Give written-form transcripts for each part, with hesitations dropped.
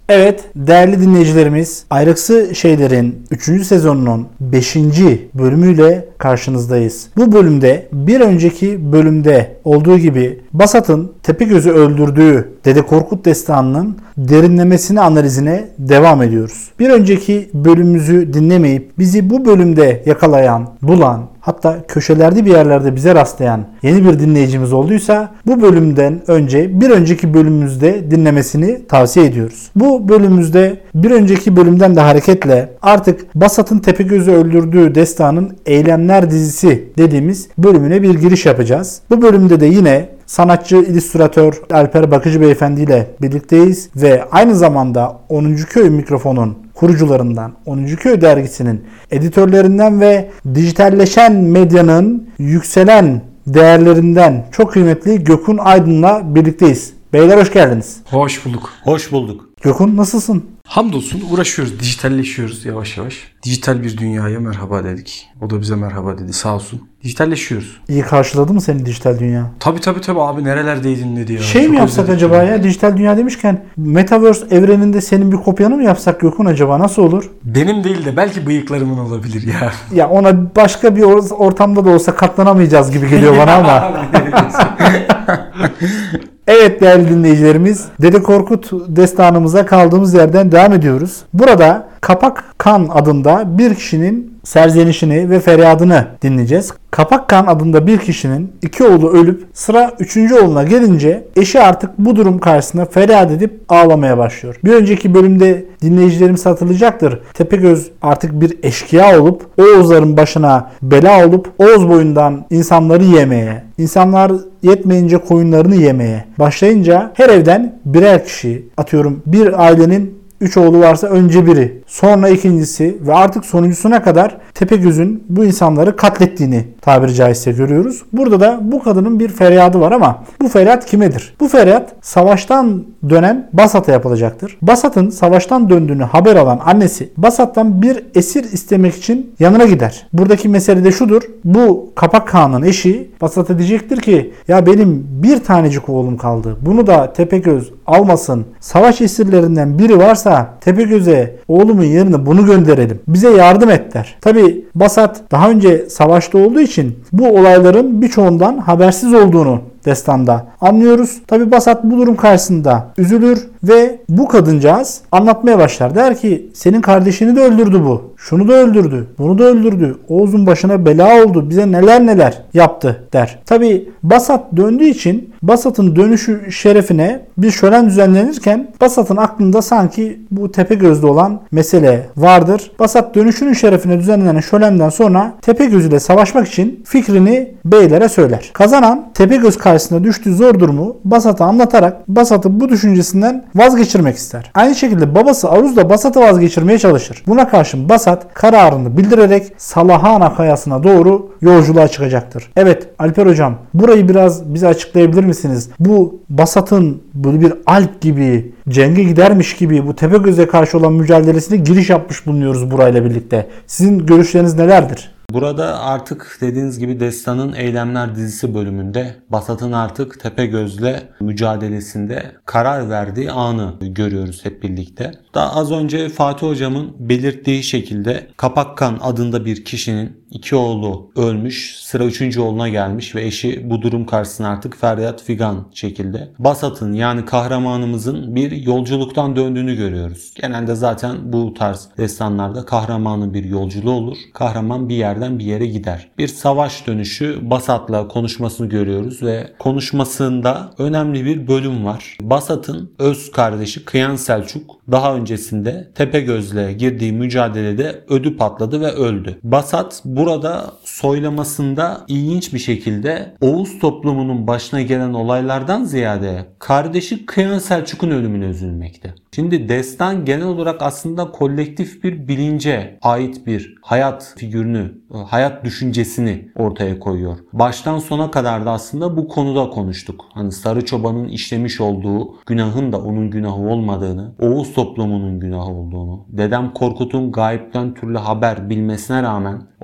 Evet değerli dinleyicilerimiz, Ayrıksı Şeyler'in 3. sezonunun 5. bölümüyle karşınızdayız. Bu bölümde bir önceki bölümde olduğu gibi Basat'ın Tepegöz'ü öldürdüğü Dede Korkut destanının derinlemesine analizine devam ediyoruz. Bir önceki bölümümüzü dinlemeyip bizi bu bölümde yakalayan, bulan, hatta köşelerde bir yerlerde bize rastlayan yeni bir dinleyicimiz olduysa bu bölümden önce bir önceki bölümümüzde dinlemesini tavsiye ediyoruz. Bu bölümümüzde bir önceki bölümden de hareketle artık Basat'ın Tepegöz'ü öldürdüğü destanın Eylemler dizisi dediğimiz bölümüne bir giriş yapacağız. Bu bölümde de yine sanatçı, illüstratör Alper Bakıcı Beyefendi ile birlikteyiz ve aynı zamanda 10. Köy Mikrofon'un kurucularından, 10. Köy dergisinin editörlerinden ve dijitalleşen medyanın yükselen değerlerinden çok kıymetli Gökhan Aydın'la birlikteyiz. Beyler hoş geldiniz. Hoş bulduk. Hoş bulduk. Gökhan nasılsın? Hamdolsun uğraşıyoruz, dijitalleşiyoruz yavaş yavaş. Dijital bir dünyaya merhaba dedik. O da bize merhaba dedi sağ olsun. Dijitalleşiyoruz. İyi karşıladı mı seni dijital dünya? Tabii abi nerelerdeydin dedi ya. Şey mi yapsak acaba ya dijital dünya demişken Metaverse evreninde senin bir kopyanı mı yapsak Gökhan acaba nasıl olur? Benim değil de belki bıyıklarımın olabilir ya. Ya ona başka bir ortamda da olsa katlanamayacağız gibi geliyor bana ama. Evet değerli dinleyicilerimiz, Dede Korkut destanımıza kaldığımız yerden devam ediyoruz. Burada Kapak Kan adında bir kişinin serzenişini ve feryadını dinleyeceğiz. Kapak Kan adında bir kişinin 2 oğlu ölüp sıra 3. oğluna gelince eşi artık bu durum karşısında feryat edip ağlamaya başlıyor. Bir önceki bölümde dinleyicilerimiz hatırlayacaktır. Tepegöz artık bir eşkıya olup Oğuzların başına bela olup Oğuz boyundan insanları yemeye, insanlar yetmeyince koyunlarını yemeye başlayınca her evden birer kişi, atıyorum bir ailenin 3 oğlu varsa önce biri, sonra ikincisi ve artık sonuncusuna kadar Tepegöz'ün bu insanları katlettiğini tabiri caizse görüyoruz. Burada da bu kadının bir feryadı var ama bu feryat kimedir? Bu feryat savaştan dönen Basat'a yapılacaktır. Basat'ın savaştan döndüğünü haber alan annesi Basat'tan bir esir istemek için yanına gider. Buradaki mesele de şudur. Bu Kapak Kağan'ın eşi Basat'a diyecektir ki ya benim bir tanecik oğlum kaldı. Bunu da Tepegöz almasın. Savaş esirlerinden biri varsa Tepegöz'e oğlumun yerine bunu gönderelim. Bize yardım et der. Tabi Basat daha önce savaşta olduğu için bu olayların birçoğundan habersiz olduğunu destanda anlıyoruz. Tabi Basat bu durum karşısında üzülür ve bu kadıncağız anlatmaya başlar. Der ki senin kardeşini de öldürdü bu. Şunu da öldürdü. Bunu da öldürdü. Oğuz'un başına bela oldu. Bize neler neler yaptı der. Tabi Basat döndüğü için Basat'ın dönüşü şerefine bir şölen düzenlenirken Basat'ın aklında sanki bu Tepegöz'de olan mesele vardır. Basat dönüşünün şerefine düzenlenen şölenden sonra Tepegöz ile savaşmak için fikrini beylere söyler. Kazanan Tepegöz karşısında düştüğü zor durumu Basat'a anlatarak Basat'ı bu düşüncesinden vazgeçirmek ister. Aynı şekilde babası Aruz da Basat'ı vazgeçirmeye çalışır. Buna karşın Basat kararını bildirerek Salahana Kayası'na doğru yolculuğa çıkacaktır. Evet Alper hocam burayı biraz bize açıklayabilir misiniz? Bu Basat'ın böyle bir alp gibi cenge gidermiş gibi bu Tepegöz'e karşı olan mücadelesine giriş yapmış bulunuyoruz burayla birlikte. Sizin görüşleriniz nelerdir? Burada artık dediğiniz gibi destanın Eylemler dizisi bölümünde Basat'ın artık Tepegöz'le mücadelesinde karar verdiği anı görüyoruz hep birlikte. Daha az önce Fatih hocamın belirttiği şekilde Kapak Kan adında bir kişinin 2 oğlu ölmüş, sıra 3. oğluna gelmiş ve eşi bu durum karşısında artık feryat figan şekilde. Basat'ın yani kahramanımızın bir yolculuktan döndüğünü görüyoruz. Genelde zaten bu tarz destanlarda kahramanın bir yolculuğu olur. Kahraman bir yerden bir yere gider. Bir savaş dönüşü Basat'la konuşmasını görüyoruz ve konuşmasında önemli bir bölüm var. Basat'ın öz kardeşi Kıyan Selçuk daha öncesinde Tepegöz'le girdiği mücadelede ödü patladı ve öldü. Basat burada soylamasında ilginç bir şekilde Oğuz toplumunun başına gelen olaylardan ziyade kardeşi Kıyan Selçuk'un ölümüne üzülmekte. Şimdi destan genel olarak aslında kolektif bir bilince ait bir hayat figürünü, hayat düşüncesini ortaya koyuyor. Baştan sona kadar da aslında bu konuda konuştuk. Hani Sarı Çoban'ın işlemiş olduğu günahın da onun günahı olmadığını, Oğuz toplumunun günahı olduğunu, Dedem Korkut'un gayipten türlü haber bilmesine rağmen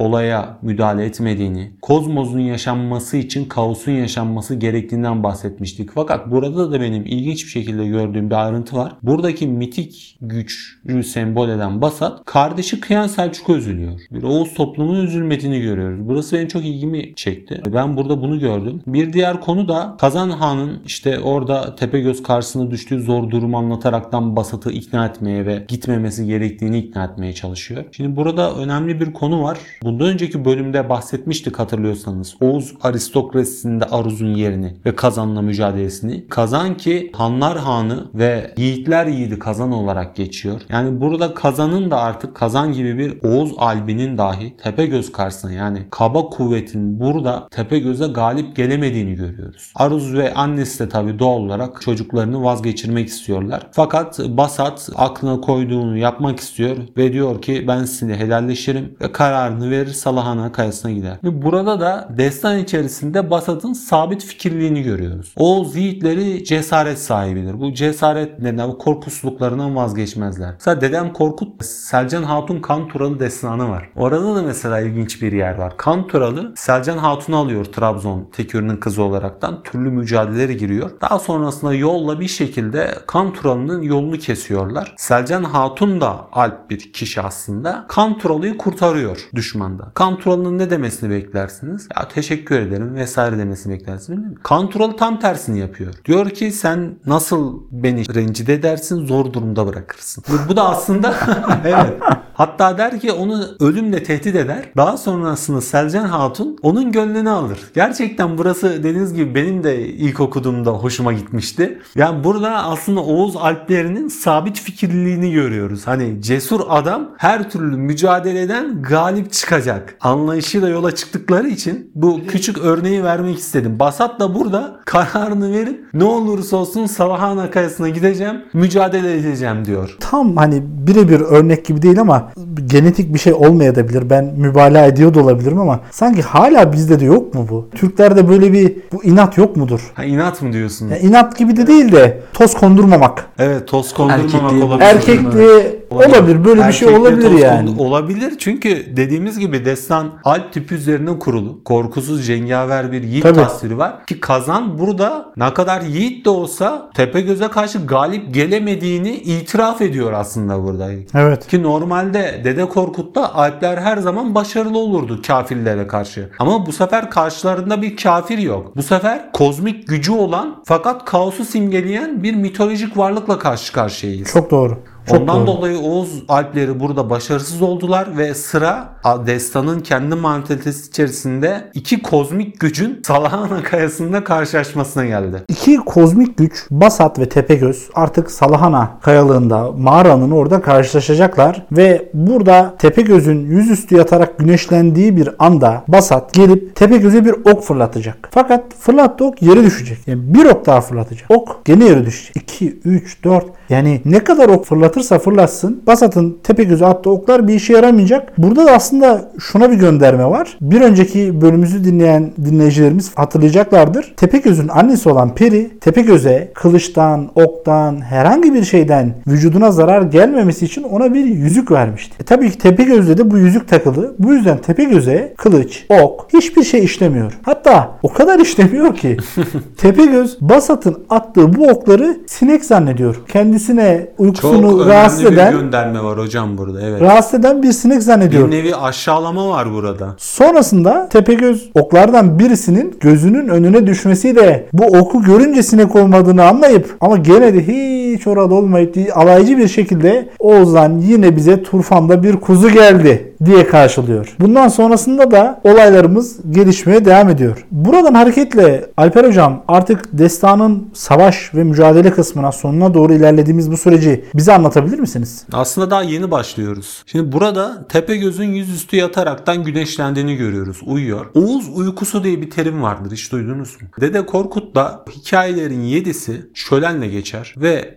olaya müdahale etmediğini, kozmosun yaşanması için kaosun yaşanması gerektiğinden bahsetmiştik. Fakat burada da benim ilginç bir şekilde gördüğüm bir ayrıntı var. Buradaki mitik gücü sembol eden Basat, kardeşi Kıyan Selçuk'a üzülüyor. Bir Oğuz toplumunun üzülmediğini görüyoruz. Burası benim çok ilgimi çekti. Ben burada bunu gördüm. Bir diğer konu da Kazan Han'ın işte orada Tepegöz karşısına düştüğü zor durumu anlataraktan Basat'ı ikna etmeye ve gitmemesi gerektiğini ikna etmeye çalışıyor. Şimdi burada önemli bir konu var. Bundan önceki bölümde bahsetmiştik hatırlıyorsanız. Oğuz aristokrasisinde Aruz'un yerini ve Kazan'la mücadelesini. Kazan ki Hanlar Hanı ve Yiğitler Yiğidi Kazan olarak geçiyor. Yani burada Kazan'ın da artık Kazan gibi bir Oğuz albinin dahi Tepegöz karşısına, yani kaba kuvvetin burada Tepegöz'e galip gelemediğini görüyoruz. Aruz ve annesi de tabii doğal olarak çocuklarını vazgeçirmek istiyorlar. Fakat Basat aklına koyduğunu yapmak istiyor ve diyor ki ben sizinle helalleşirim ve kararını verir, Salahan'a kayasına gider. Ve burada da destan içerisinde Basat'ın sabit fikirliğini görüyoruz. Oğuz yiğitleri cesaret sahibidir. Bu cesaretlerinden, bu korkusuzluklarından vazgeçmezler. Mesela Dedem Korkut, Selcan Hatun Kanturalı destanı var. Orada da mesela ilginç bir yer var. Kanturalı Selcan Hatun'u alıyor Trabzon Tekürü'nün kızı olaraktan. Türlü mücadelelere giriyor. Daha sonrasında yolla bir şekilde Kanturalı'nın yolunu kesiyorlar. Selcan Hatun da alp bir kişi aslında. Kanturalı'yı kurtarıyor düşmanda. Kanturalı'nın ne demesini beklersiniz? Ya teşekkür ederim vesaire demesini beklersiniz. Kanturalı tam tersini yapıyor. Diyor ki sen nasıl beni rencide edersin, zor durumda bırakırsın. Bu da aslında evet. Hatta der ki onu ölümle tehdit eder. Daha sonrasında Selcan Hatun onun gönlünü alır. Gerçekten burası dediğiniz gibi benim de ilk okuduğumda hoşuma gitmişti. Yani burada aslında Oğuz alplerinin sabit fikirliliğini görüyoruz. Hani cesur adam her türlü mücadeleden galip çıkacak anlayışıyla yola çıktıkları için bu küçük örneği vermek istedim. Basat da burada kararını verip ne olursa olsun Salahan Kayası'na gideceğim, mücadele edeceğim diyor. Tam hani birebir örnek gibi değil ama genetik bir şey olmayabilir. Ben mübalağa ediyor da olabilirim ama sanki hala bizde de yok mu bu? Türklerde böyle bir bu inat yok mudur? Ha, inat mı diyorsunuz? Yani inat gibi de değil de toz kondurmamak. Evet, toz kondurmamak Erkekliği- olabilir. Erkekliği olabilir. Böyle bir şey Erkekliğe olabilir toz yani. Olabilir çünkü dediğimiz gibi destan alp tipi üzerine kurulu. Korkusuz cengaver bir yiğit Tabii. tasviri var. Ki Kazan burada ne kadar yiğit de olsa Tepegöz'e karşı galip gelemediğini itiraf ediyor aslında burada. Evet. Ki normalde Dede Korkut'ta alpler her zaman başarılı olurdu kafirlere karşı. Ama bu sefer karşılarında bir kafir yok. Bu sefer kozmik gücü olan fakat kaosu simgeleyen bir mitolojik varlıkla karşı karşıyayız. Çok doğru. Çok Ondan doğru. dolayı Oğuz alpleri burada başarısız oldular ve sıra destanın kendi mantalitesi içerisinde iki kozmik gücün Salahan Kayası'nda karşılaşmasına geldi. İki kozmik güç Basat ve Tepegöz artık Salahana kayalığında mağaranın orada karşılaşacaklar ve burada Tepegöz'ün yüzüstü yatarak güneşlendiği bir anda Basat gelip Tepegöz'e bir ok fırlatacak. Fakat fırlattığı ok yere düşecek. Yani bir ok daha fırlatacak. Ok gene yere düşecek. 2, 3, 4 yani ne kadar ok fırlatırsa fırlatsın Basat'ın Tepegöz'e attığı oklar bir işe yaramayacak. Burada da aslında şuna bir gönderme var. Bir önceki bölümümüzü dinleyen dinleyicilerimiz hatırlayacaklardır. Tepegöz'ün annesi olan Peri Tepegöz'e kılıçtan, oktan, herhangi bir şeyden vücuduna zarar gelmemesi için ona bir yüzük vermişti. Tabii ki Tepegöz'de de bu yüzük takılı. Bu yüzden Tepegöz'e kılıç, ok hiçbir şey işlemiyor. Hatta o kadar işlemiyor ki Tepegöz Basat'ın attığı bu okları sinek zannediyor. Kendisine uykusunu rahatsız önemli eden bir gönderme var hocam burada. Evet. rahatsız eden bir sinek zannediyor. Bir nevi aşağılama var burada. Sonrasında Tepegöz oklardan birisinin gözünün önüne düşmesiyle bu oku görünce sinek olmadığını anlayıp ama gene de hiç orada olmayıp alaycı bir şekilde Oğuz'dan yine bize turfanda bir kuzu geldi diye karşılıyor. Bundan sonrasında da olaylarımız gelişmeye devam ediyor. Buradan hareketle Alper Hocam artık destanın savaş ve mücadele kısmına sonuna doğru ilerlediğimiz bu süreci bize anlatabilir misiniz? Aslında daha yeni başlıyoruz. Şimdi burada Tepegöz'ün yüzüstü yataraktan güneşlendiğini görüyoruz. Uyuyor. Oğuz uykusu diye bir terim vardır. Hiç duydunuz mu? Dede Korkut da hikayelerin 7'si şölenle geçer ve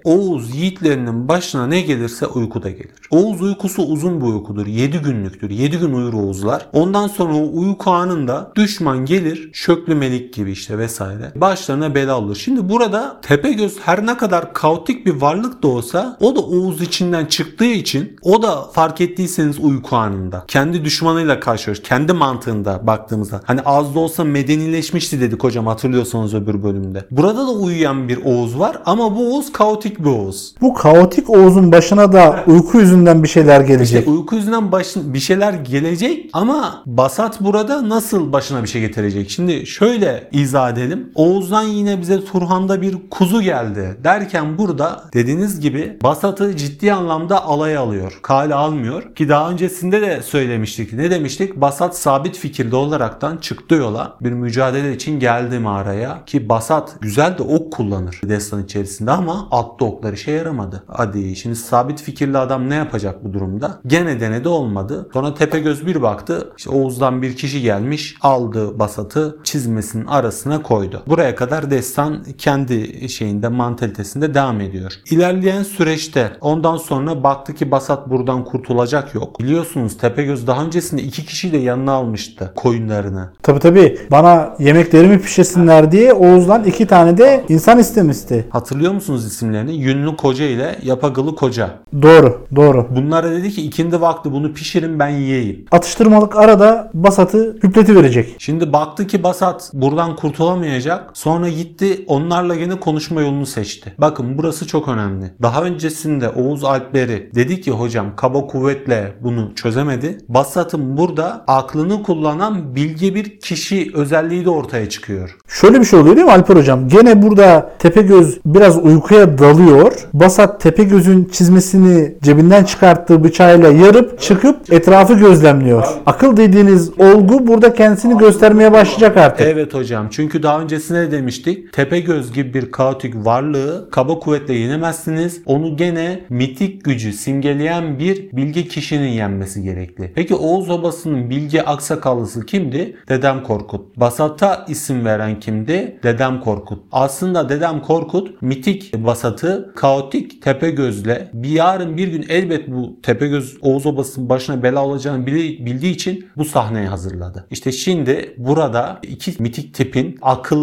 Oğuz yiğitlerinin başına ne gelirse uykuda gelir. Oğuz uykusu uzun bir uykudur. 7 günlüktür. 7 gün uyur Oğuzlar. Ondan sonra o uyku anında düşman gelir. Şöklü Melik gibi işte vesaire. Başlarına bela olur. Şimdi burada Tepegöz her ne kadar kaotik bir varlık da olsa o da Oğuz içinden çıktığı için o da fark ettiyseniz uyku anında. Kendi düşmanıyla karşılaşıyor. Kendi mantığında baktığımızda. Hani az da olsa medenileşmişti dedik hocam, hatırlıyorsanız öbür bölümde. Burada da uyuyan bir Oğuz var ama bu Oğuz kaotik bir Oğuz. Bu kaotik Oğuz'un başına da uyku yüzünden bir şeyler gelecek. İşte uyku yüzünden bir şeyler gelecek ama Basat burada nasıl başına bir şey getirecek? Şimdi şöyle izah edelim. Oğuz'dan yine bize Turhan'da bir kuzu geldi derken burada dediğiniz gibi Basat'ı ciddi anlamda alaya alıyor. Kale almıyor ki daha öncesinde de söylemiştik. Ne demiştik? Basat sabit fikirli olaraktan çıktı yola. Bir mücadele için geldi mağaraya ki Basat güzel de ok kullanır destan içerisinde ama atlı oklar işe yaramadı. Hadi şimdi sabit fikirli adam ne yapacak bu durumda? Gene denedi, olmadı. Sonra Tepegöz bir baktı. İşte Oğuz'dan bir kişi gelmiş, aldı Basat'ı çizmesinin arasına koydu. Buraya kadar destan kendi şeyinde, mantalitesinde devam ediyor. İlerleyen süreçte ondan sonra baktı ki Basat buradan kurtulacak yok. Biliyorsunuz Tepegöz daha öncesinde 2 kişiyi de yanına almıştı koyunlarını. Tabii bana yemeklerimi pişirsinler diye Oğuz'dan 2 tane de insan istemişti. Hatırlıyor musunuz isimlerini? Yünlü Koca ile Yapagalı Koca. Doğru. Bunlara dedi ki ikindi vakti bunu pişirin ben yiyeyim. Atıştırmalık arada Basat'ı hüpletiverecek. Şimdi baktı ki Basat buradan kurtulamayacak. Sonra gitti onlarla gene konuşma yolunu seçti. Bakın burası çok önemli. Daha öncesinde Oğuz Alpleri dedi ki hocam kaba kuvvetle bunu çözemedi. Basat'ın burada aklını kullanan bilge bir kişi özelliği de ortaya çıkıyor. Şöyle bir şey oluyor değil mi Alper hocam? Gene burada Tepegöz biraz uykuya dalıyor. Basat Tepegöz'ün çizmesini cebinden çıkarttığı bıçağıyla yarıp çıkıp etrafı gözlemliyor. Akıl dediğiniz olgu burada kendisini göstermeye başlayacak artık. Evet hocam, çünkü daha öncesinde de demiştik. Tepegöz gibi bir kaotik varlığı kaba kuvvetle yenemezsiniz. Onu gene mitik gücü simgeleyen bir bilge kişinin yenmesi gerekli. Peki Oğuz Obası'nın bilge aksakallısı kimdi? Dedem Korkut. Basat'a isim veren kimdi? Dedem Korkut. Aslında Dedem Korkut mitik Basat'ı kaotik Tepegöz'le yarın bir gün elbet bu Tepegöz Oğuz Obası'nın başına bela olacağını bildiği için bu sahneyi hazırladı. İşte şimdi burada iki mitik tipin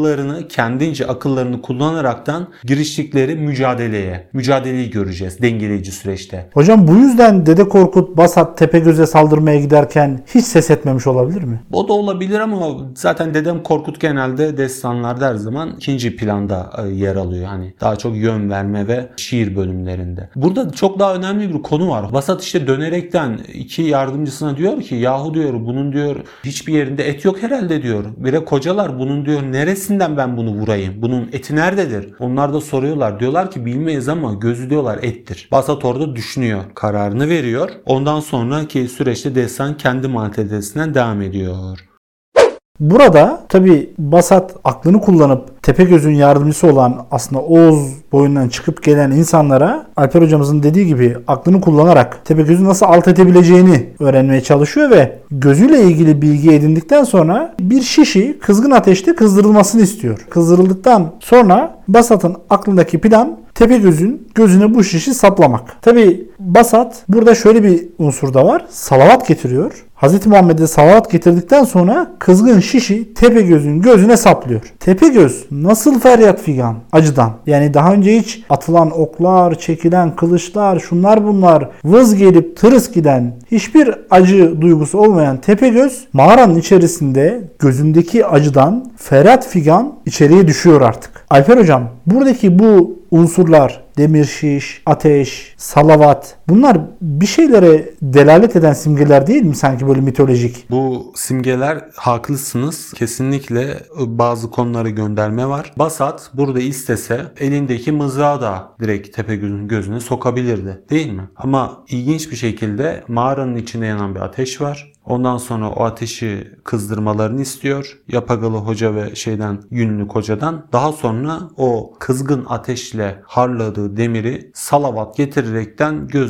kendince akıllarını kullanaraktan giriştikleri mücadeleyi göreceğiz dengeleyici süreçte. Hocam bu yüzden Dede Korkut Basat Tepegöz'e saldırmaya giderken hiç ses etmemiş olabilir mi? O da olabilir ama zaten Dedem Korkut genelde destanlarda her zaman ikinci planda yer alıyor. Hani daha çok yön verme ve şiir bölümlerinde. Burada çok daha önemli bir konu var. Basat işte dönerekten iki yardımcısına diyor ki yahu diyor bunun diyor hiçbir yerinde et yok herhalde diyor. Bir de kocalar bunun diyor neresinden ben bunu vurayım? Bunun eti nerededir? Onlar da soruyorlar. Diyorlar ki bilmeyiz ama gözü diyorlar ettir. Basat orada düşünüyor. Kararını veriyor. Ondan sonraki süreçte destan kendi mantalitesinden devam ediyor. Burada tabi Basat aklını kullanıp Tepegöz'ün yardımcısı olan aslında Oğuz boyundan çıkıp gelen insanlara Alper hocamızın dediği gibi aklını kullanarak Tepegöz'ü nasıl alt edebileceğini öğrenmeye çalışıyor ve gözüyle ilgili bilgi edindikten sonra bir şişi kızgın ateşte kızdırılmasını istiyor. Kızdırıldıktan sonra Basat'ın aklındaki plan Tepegöz'ün gözüne bu şişi saplamak. Tabi Basat burada şöyle bir unsur da var. Salavat getiriyor. Hz. Muhammed'e salavat getirdikten sonra kızgın şişi Tepegöz'ün gözüne saplıyor. Tepegöz nasıl feryat figan acıdan. Yani daha önce hiç atılan oklar, çekilen kılıçlar, şunlar bunlar vız gelip tırıs giden hiçbir acı duygusu olmayan Tepegöz mağaranın içerisinde gözündeki acıdan feryat figan içeriye düşüyor artık. Alper hocam buradaki bu unsurlar demir şiş, ateş, salavat bunlar bir şeylere delalet eden simgeler değil mi sanki böyle mitolojik? Bu simgeler haklısınız. Kesinlikle bazı konulara gönderme var. Basat burada istese elindeki mızrağı da direkt Tepegöz'ün gözüne sokabilirdi değil mi? Ama ilginç bir şekilde mağaranın içinde yanan bir ateş var. Ondan sonra o ateşi kızdırmalarını istiyor. Yapagalı Hoca ve Yünlü Koca'dan. Daha sonra o kızgın ateşle harladığı demiri salavat getirerekten gözüne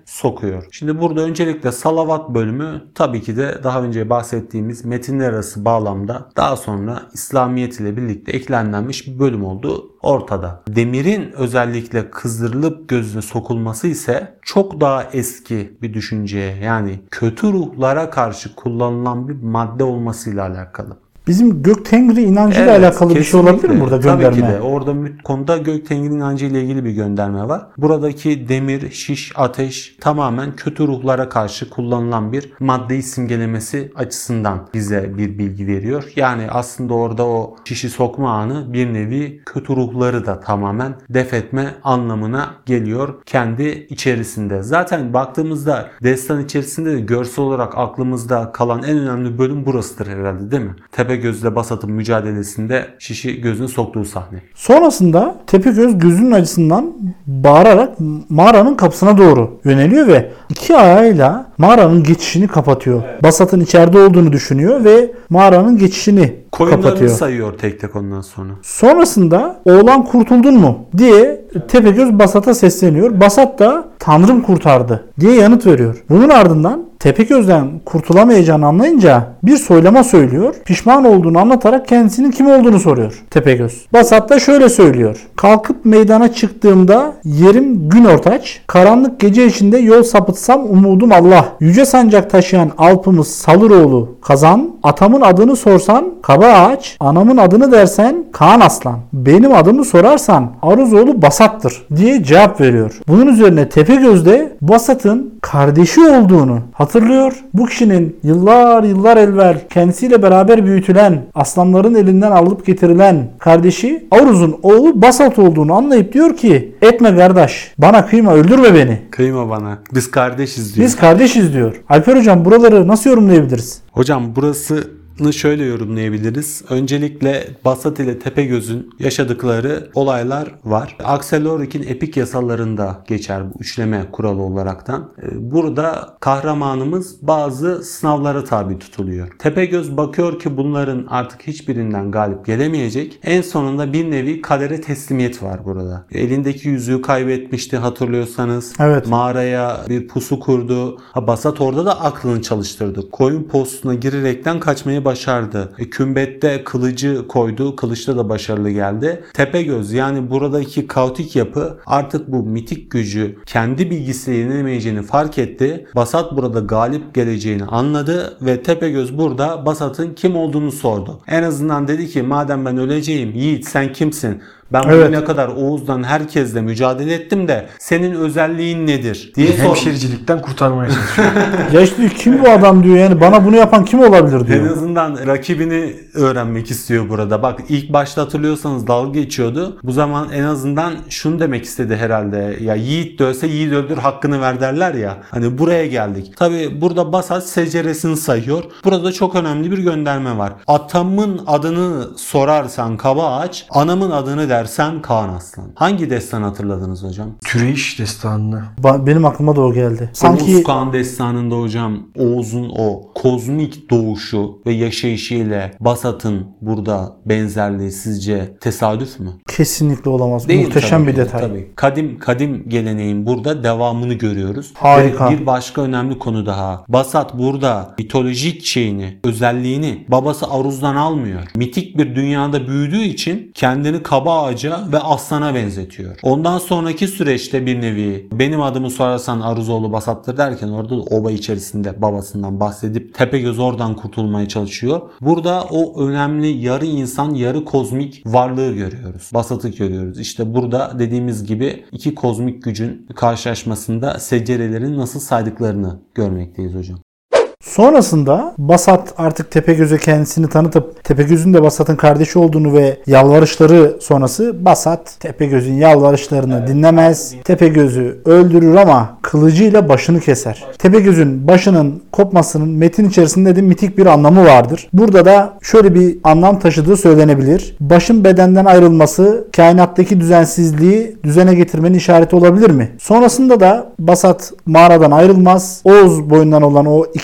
sokuyor. Şimdi burada öncelikle salavat bölümü tabii ki de daha önce bahsettiğimiz metinler arası bağlamda daha sonra İslamiyet ile birlikte eklenmiş bir bölüm olduğu ortada. Demirin özellikle kızdırılıp gözüne sokulması ise çok daha eski bir düşünceye, yani kötü ruhlara karşı kullanılan bir madde olmasıyla alakalı. Bizim Göktengri inancıyla Evet, alakalı bir şey olabilir mi burada gönderme? Tabii ki de. Orada konuda Göktengri inancı ile ilgili bir gönderme var. Buradaki demir, şiş, ateş tamamen kötü ruhlara karşı kullanılan bir maddeyi simgelemesi açısından bize bir bilgi veriyor. Yani aslında orada o şişi sokma anı bir nevi kötü ruhları da tamamen def etme anlamına geliyor kendi içerisinde. Zaten baktığımızda destan içerisinde de görsel olarak aklımızda kalan en önemli bölüm burasıdır herhalde, değil mi? Tepegöz'le Basat'ın mücadelesinde şişi gözüne soktuğu sahne. Sonrasında Tepegöz gözünün acısından bağırarak mağaranın kapısına doğru yöneliyor ve iki ayağıyla mağaranın geçişini kapatıyor. Basat'ın içeride olduğunu düşünüyor ve mağaranın geçişini Koyunlarını kapatıyor. sayıyor tek tek ondan sonra. Sonrasında "Oğlan kurtuldun mu?" diye Tepegöz Basat'a sesleniyor. Basat da "Tanrım kurtardı" diye yanıt veriyor. Bunun ardından Tepegöz'den kurtulamayacağını anlayınca bir soylama söylüyor. Pişman olduğunu anlatarak kendisinin kim olduğunu soruyor Tepegöz. Basat da şöyle söylüyor: "Kalkıp meydana çıktığımda yerim gün ortaç. Karanlık gece içinde yol sapıtsam umudum Allah. Yüce sancak taşıyan Alpımız Salıroğlu Kazan. Atamın adını sorsan Kaba Ağaç. Anamın adını dersen Kaan Aslan. Benim adımı sorarsan Aruzoğlu Basat'tır" diye cevap veriyor. Bunun üzerine Tepegöz de Basat'ın kardeşi olduğunu hatırlıyor. Bu kişinin yıllar evvel kendisiyle beraber büyütülen, aslanların elinden alıp getirilen kardeşi Aruz'un oğlu Basat olduğunu anlayıp diyor ki "Etme kardeş, bana kıyma, öldürme beni. Kıyma bana. Biz kardeşiz diyor. Biz kardeşiz" diyor. Alper hocam, buraları nasıl yorumlayabiliriz? Hocam burasını şöyle yorumlayabiliriz. Öncelikle Basat ile Tepegöz'ün yaşadıkları olaylar var. Akselorik'in epik yasalarında geçer bu üçleme kuralı olaraktan. Burada kahramanımız bazı sınavlara tabi tutuluyor. Tepegöz bakıyor ki bunların artık hiçbirinden galip gelemeyecek. En sonunda bir nevi kadere teslimiyet var burada. Elindeki yüzüğü kaybetmişti hatırlıyorsanız. Evet. Mağaraya bir pusu kurdu. Basat orada da aklını çalıştırdı. Koyun postuna girerekten kaçmayı başardı. Kümbette kılıcı koydu. Kılıçta da başarılı geldi. Tepegöz, yani buradaki kaotik yapı artık bu mitik gücü kendi bilgisiyle yenemeyeceğini fark etti. Basat burada galip geleceğini anladı ve Tepegöz burada Basat'ın kim olduğunu sordu. En azından dedi ki madem ben öleceğim, Yiğit sen kimsin? Ben bugüne kadar Oğuz'dan herkesle mücadele ettim de senin özelliğin nedir diye sordu. Hemşiricilikten kurtarmaya çalışıyor. Ya işte kim bu adam diyor, yani bana bunu yapan kim olabilir En diyor. azından rakibini öğrenmek istiyor burada. Bak ilk başta hatırlıyorsanız dalga geçiyordu. Bu zaman en azından şunu demek istedi herhalde. Ya Yiğit dövse Yiğit öldür hakkını ver derler ya. Hani buraya geldik. Tabi burada Basat seceresini sayıyor. Burada çok önemli bir gönderme var. Atamın adını sorarsan Kaba Ağaç, anamın adını dersen Kaan Aslan. Hangi destanı hatırladınız hocam? Türeyiş destanını. Benim aklıma da o geldi. Oğuz Sanki Kağan destanında hocam Oğuz'un o kozmik doğuşu ve yaşayışıyla Basat'ın burada benzerliği sizce tesadüf mü? kesinlikle olamaz. Değil Muhteşem tabii bir ki, detay. tabii. Kadim geleneğin burada devamını görüyoruz. Harika. Ve bir başka önemli konu daha. Basat burada mitolojik şeyini, özelliğini babası Aruz'dan almıyor. Mitik bir dünyada büyüdüğü için kendini Kaba Ağaca ve aslana benzetiyor. Ondan sonraki süreçte bir nevi benim adımı sorarsan Aruzoğlu Basat'tır derken orada da oba içerisinde babasından bahsedip Tepegöz oradan kurtulmaya çalışıyor. Burada o önemli yarı insan yarı kozmik varlığı görüyoruz. Basat'ı görüyoruz. İşte burada dediğimiz gibi iki kozmik gücün karşılaşmasında secerelerin nasıl saydıklarını görmekteyiz hocam. Sonrasında Basat artık Tepegöz'e kendisini tanıtıp Tepegöz'ün de Basat'ın kardeşi olduğunu ve yalvarışları sonrası Basat Tepegöz'ün yalvarışlarını dinlemez. Tepegöz'ü öldürür ama kılıcıyla başını keser. Tepegöz'ün başının kopmasının metin içerisinde de mitik bir anlamı vardır. Burada da şöyle bir anlam taşıdığı söylenebilir. Başın bedenden ayrılması kainattaki düzensizliği düzene getirmenin işareti olabilir mi? Sonrasında da Basat mağaradan ayrılmaz. Oğuz boyundan olan o iki tane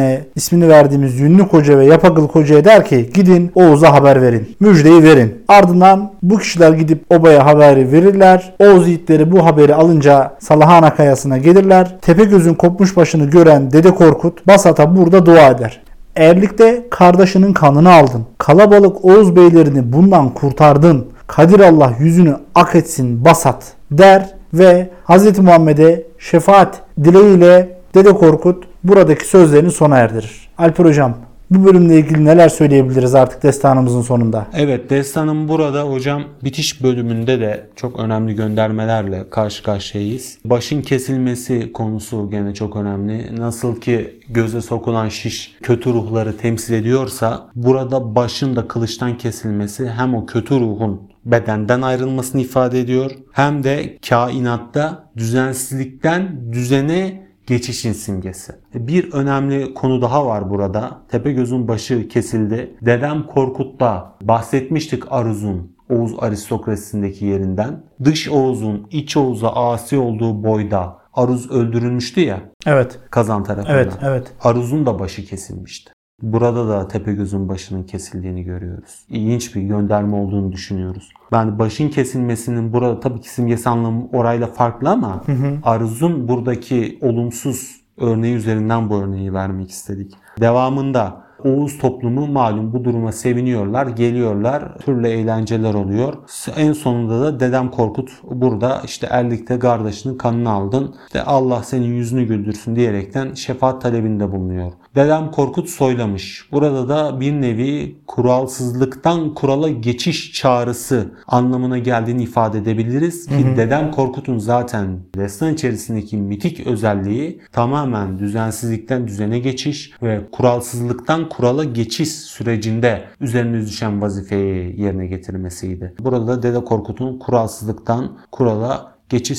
tane ismini verdiğimiz Yünlü Koca ve Yapagıl Koca'ya der ki gidin Oğuz'a haber verin. Müjdeyi verin. Ardından bu kişiler gidip obaya haberi verirler. Oğuz yiğitleri bu haberi alınca Salahana Kayası'na gelirler. Tepegöz'ün kopmuş başını gören Dede Korkut Basat'a burada dua eder. Erlik'te kardeşinin kanını aldın. Kalabalık Oğuz beylerini bundan kurtardın. Kadir Allah yüzünü ak etsin Basat der ve Hz. Muhammed'e şefaat dileğiyle Dede Korkut buradaki sözlerini sona erdirir. Alper Hocam, bu bölümle ilgili neler söyleyebiliriz artık destanımızın sonunda? Evet, destanın burada hocam bitiş bölümünde de çok önemli göndermelerle karşı karşıyayız. Başın kesilmesi konusu gene çok önemli. Nasıl ki göze sokulan şiş kötü ruhları temsil ediyorsa burada başın da kılıçtan kesilmesi hem o kötü ruhun bedenden ayrılmasını ifade ediyor hem de kainatta düzensizlikten düzene geçişin simgesi. Bir önemli konu daha var burada. Tepegöz'ün başı kesildi. Dedem Korkut'ta bahsetmiştik Aruz'un, Oğuz aristokrasisindeki yerinden. Dış Oğuz'un iç Oğuz'a asi olduğu boyda Aruz öldürülmüştü ya. Evet. Kazan tarafından. Evet. Aruz'un da başı kesilmişti. Burada da Tepegöz'ün başının kesildiğini görüyoruz. İlginç bir gönderme olduğunu düşünüyoruz. Yani başın kesilmesinin burada tabii ki simgesi anlamı orayla farklı ama Aruz'un buradaki olumsuz örneği üzerinden bu örneği vermek istedik. Devamında Oğuz toplumu malum bu duruma seviniyorlar, geliyorlar, türlü eğlenceler oluyor. En sonunda da Dedem Korkut burada işte Erlik'te kardeşinin kanını aldın, işte Allah senin yüzünü güldürsün diyerekten şefaat talebinde bulunuyor. Dedem Korkut soylamış. Burada da bir nevi kuralsızlıktan kurala geçiş çağrısı anlamına geldiğini ifade edebiliriz. Ki Dedem Korkut'un zaten destan içerisindeki mitik özelliği tamamen düzensizlikten düzene geçiş ve kuralsızlıktan kurala geçiş sürecinde üzerine düşen vazifeyi yerine getirmesiydi. Burada da Dede Korkut'un kuralsızlıktan kurala geçiş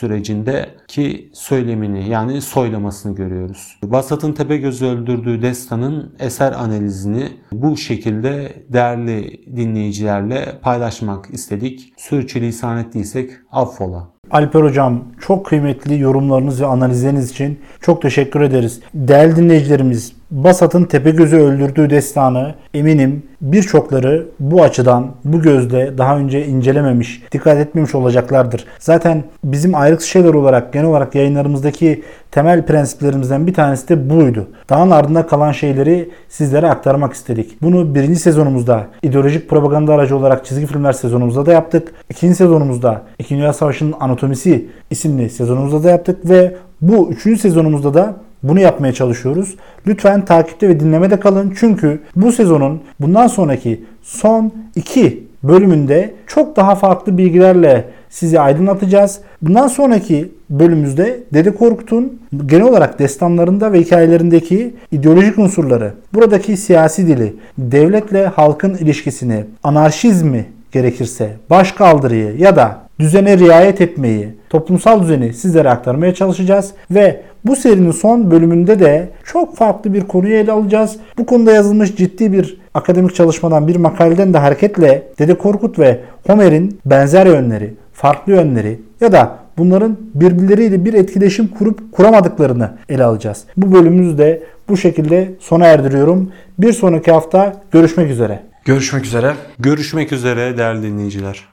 sürecindeki söylemini yani soylamasını görüyoruz. Basat'ın Tepegöz'ü öldürdüğü destanın eser analizini bu şekilde değerli dinleyicilerle paylaşmak istedik. Sürçülisan ettiysek affola. Alper Hocam, çok kıymetli yorumlarınız ve analizleriniz için çok teşekkür ederiz. Değerli dinleyicilerimiz, Basat'ın Tepegöz'ü öldürdüğü destanı eminim birçokları bu açıdan, bu gözle daha önce incelememiş, dikkat etmemiş olacaklardır. Zaten bizim Ayrıksız Şeyler olarak genel olarak yayınlarımızdaki temel prensiplerimizden bir tanesi de buydu. Dağın ardında kalan şeyleri sizlere aktarmak istedik. Bunu birinci sezonumuzda ideolojik propaganda aracı olarak çizgi filmler sezonumuzda da yaptık. İkinci sezonumuzda İkinci Dünya Savaşı'nın Anatomisi isimli sezonumuzda da yaptık ve bu üçüncü sezonumuzda da bunu yapmaya çalışıyoruz. Lütfen takipte ve dinlemede kalın. Çünkü bu sezonun bundan sonraki son 2 bölümünde çok daha farklı bilgilerle sizi aydınlatacağız. Bundan sonraki bölümümüzde Dede Korkut'un genel olarak destanlarında ve hikayelerindeki ideolojik unsurları, buradaki siyasi dili, devletle halkın ilişkisini, anarşizmi gerekirse, başkaldırıyı ya da düzene riayet etmeyi, toplumsal düzeni sizlere aktarmaya çalışacağız ve bu serinin son bölümünde de çok farklı bir konuyu ele alacağız. Bu konuda yazılmış ciddi bir akademik çalışmadan, bir makaleden de hareketle Dede Korkut ve Homer'in benzer yönleri, farklı yönleri ya da bunların birbirleriyle bir etkileşim kurup kuramadıklarını ele alacağız. Bu bölümümüzü de bu şekilde sona erdiriyorum. Bir sonraki hafta görüşmek üzere. Görüşmek üzere. Görüşmek üzere değerli dinleyiciler.